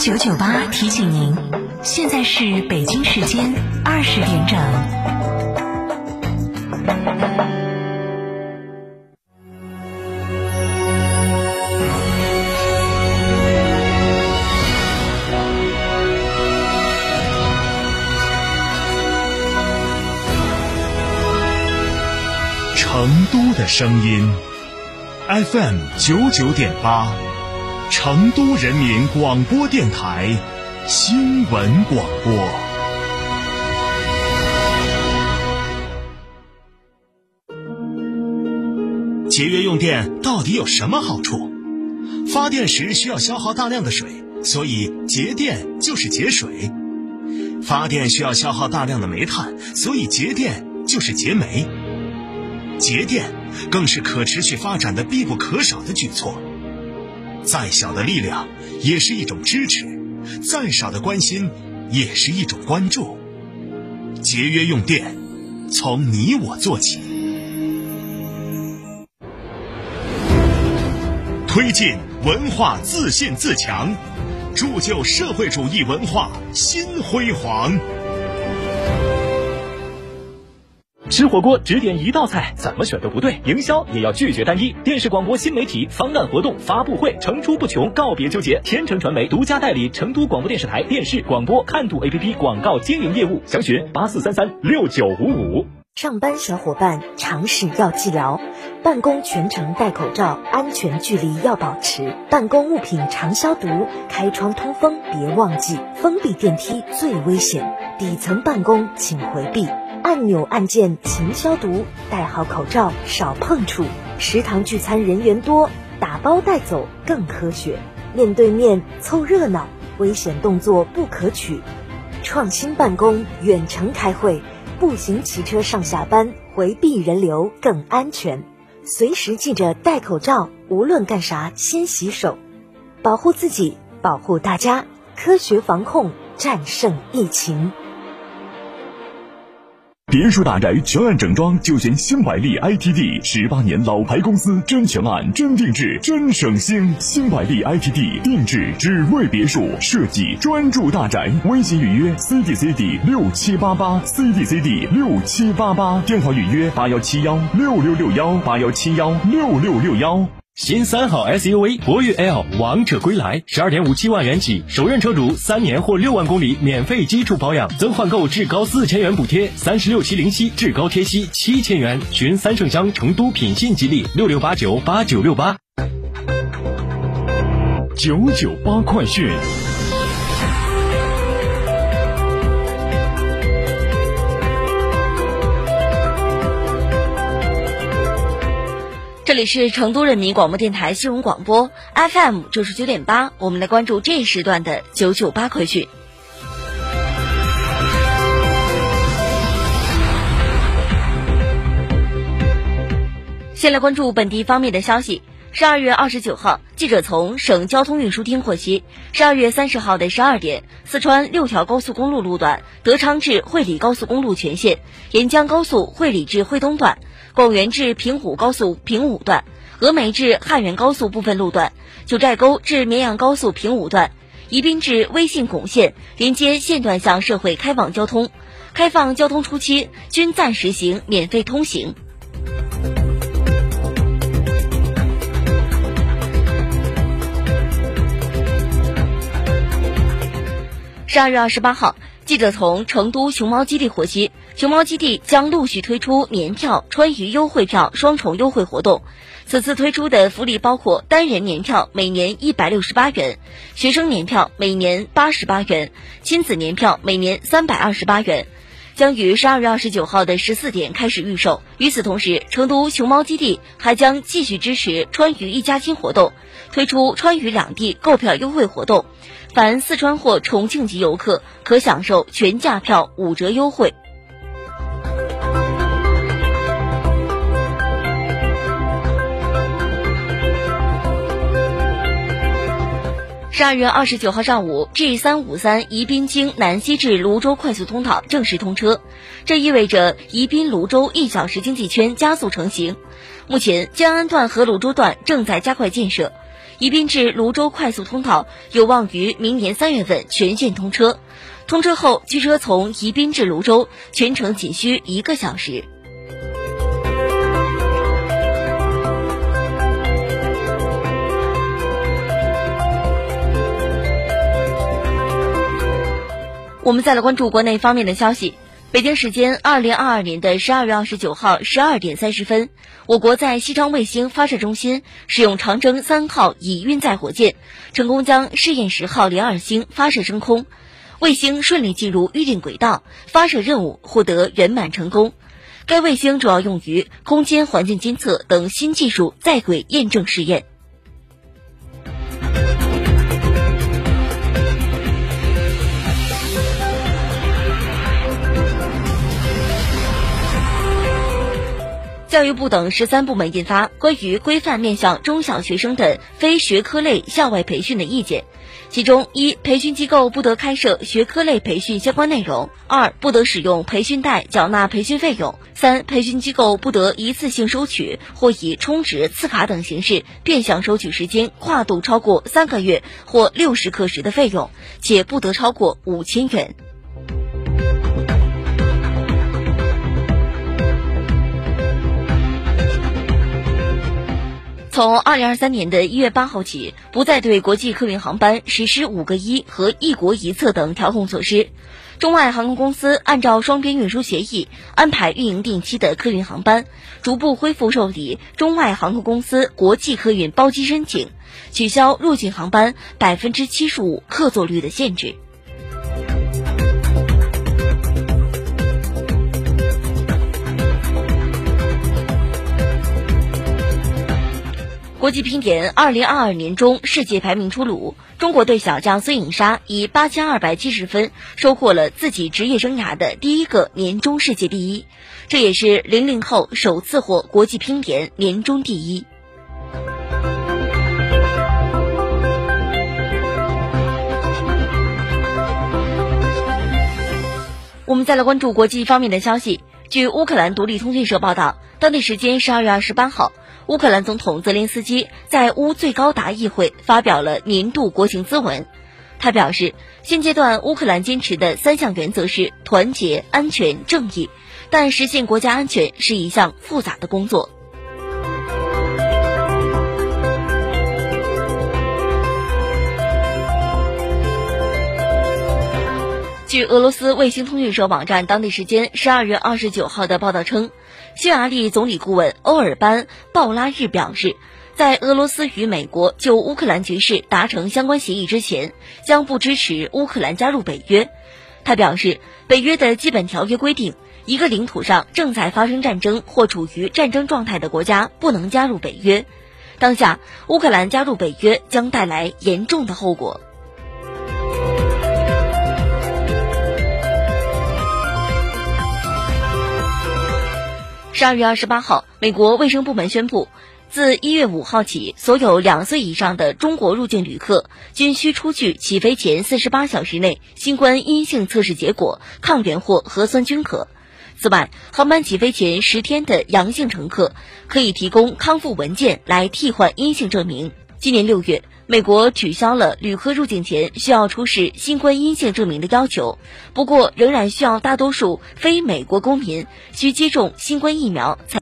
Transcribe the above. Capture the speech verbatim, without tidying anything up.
九九八提醒您，现在是北京时间二十点整。 成都的声音 F M 九九点八，成都人民广播电台新闻广播。节约用电到底有什么好处？发电时需要消耗大量的水，所以节电就是节水。发电需要消耗大量的煤炭，所以节电就是节煤。节电更是可持续发展的必不可少的举措。再小的力量也是一种支持，再少的关心也是一种关注。节约用电，从你我做起。推进文化自信自强，铸就社会主义文化新辉煌。 吃火锅只点一道菜，怎么选都不对。营销也要拒绝单一。电视广播新媒体方案活动发布会层出不穷，告别纠结。天成传媒独家代理成都广播电视台电视广播看度 A P P 广告经营业务，详询八四三三六九五五。 上班小伙伴常识要记牢，办公全程戴口罩，安全距离要保持，办公物品常消毒，开窗通风别忘记，封闭电梯最危险，底层办公请回避，按钮按键勤消毒，戴好口罩少碰触，食堂聚餐人员多，打包带走更科学，面对面凑热闹，危险动作不可取，创新办公远程开会，步行骑车上下班，回避人流更安全，随时记着戴口罩，无论干啥先洗手，保护自己，保护大家，科学防控，战胜疫情。 别墅大宅全案整装就选新百利 I T D， 十八年老牌公司，真全案真定制真省心。新百利 I T D 定制只为别墅设计，专注大宅。微信预约 C D C D 六七八八 C D C D 六七八八，电话预约八幺七幺六六六幺八幺七幺六六六幺。 新三好 S U V 博越 L 王者归来，十二点五七万元起，首任车主三年或六万公里免费基础保养，增换购至高四千元补贴，三十六期零息至高贴息七千元。寻三圣乡成都品信吉利六六八九八九六八。 九九八快讯。 这里是成都人民广播电台新闻广播 F M 九十九点八，我们来关注这一时段的九九八快讯。先来关注本地方面的消息。十二月二十九号，记者从省交通运输厅获悉，十二月三十号的十二点，四川六条高速公路路段，德昌至会理高速公路全线，沿江高速会理至会东段，广元至平虎高速平武段，峨眉至汉源高速部分路段，九寨沟至绵阳高速平武段，宜宾至微信拱线连接线段向社会开放交通，开放交通初期均暂实行免费通行。十二月二十八号，记者从成都熊猫基地获悉，熊猫基地将陆续推出年票、川渝优惠票双重优惠活动。此次推出的福利包括单人年票每年一百六十八元，学生年票每年八十八元，亲子年票每年三百二十八元，将于十二月二十九号的十四点开始预售。与此同时，成都熊猫基地还将继续支持川渝一家亲活动，推出川渝两地购票优惠活动。凡四川或重庆籍游客可享受全价票五折优惠。十二月二十九号上午 G 三五三 宜宾经南西至泸州快速通道正式通车，这意味着宜宾泸州一小时经济圈加速成型。目前建安段和泸州段正在加快建设， 宜宾至泸州快速通道有望于明年三月份全线通车。通车后，汽车从宜宾至泸州全程仅需一个小时。我们再来关注国内方面的消息。北京时间二零二二年的十二月二十九号十二点三十分，我国在西昌卫星发射中心使用长征三号乙运载火箭，成功将试验十号连二星发射升空，卫星顺利进入预定轨道，发射任务获得圆满成功。该卫星主要用于空间环境监测等新技术在轨验证试验。教育部等十三部门印发关于规范面向中小学生的非学科类校外培训的意见，其中一、培训机构不得开设学科类培训相关内容；二、不得使用培训袋缴纳培训费用；三、培训机构不得一次性收取或以充值、次卡等形式变相收取时间跨度超过三个月或六十课时的费用，且不得超过五千元。从二零二三年的一月八号起，不再对国际客运航班实施五个一和一国一策等调控措施。中外航空公司按照双边运输协议安排运营定期的客运航班，逐步恢复受理中外航空公司国际客运包机申请，取消入境航班百分之七十五客座率的限制。国际乒联二零二二年中世界排名出炉，中国队小将孙颖莎以八千二百七十分收获了自己职业生涯的第一个年终世界第一，这也是零零后首次获国际乒联年终第一。我们再来关注国际方面的消息。据乌克兰独立通讯社报道，当地时间十二月二十八号，乌克兰总统泽连斯基在乌最高达议会发表了年度国情咨文。他表示，现阶段乌克兰坚持的三项原则是团结、安全、正义，但实现国家安全是一项复杂的工作。据俄罗斯卫星通讯社网站当地时间十二月二十九号的报道称，匈牙利总理顾问欧尔班·鲍拉日表示，在俄罗斯与美国就乌克兰局势达成相关协议之前，将不支持乌克兰加入北约。他表示，北约的基本条约规定，一个领土上正在发生战争或处于战争状态的国家不能加入北约。当下，乌克兰加入北约将带来严重的后果。十二月二十八号，美国卫生部门宣布，自一月五号起，所有两岁以上的中国入境旅客均需出具起飞前四十八小时内新冠阴性测试结果、抗原或核酸均可。此外，航班起飞前十天的阳性乘客可以提供康复文件来替换阴性证明。今年六月，美国取消了旅客入境前需要出示新冠阴性证明的要求，不过仍然需要大多数非美国公民需接种新冠疫苗才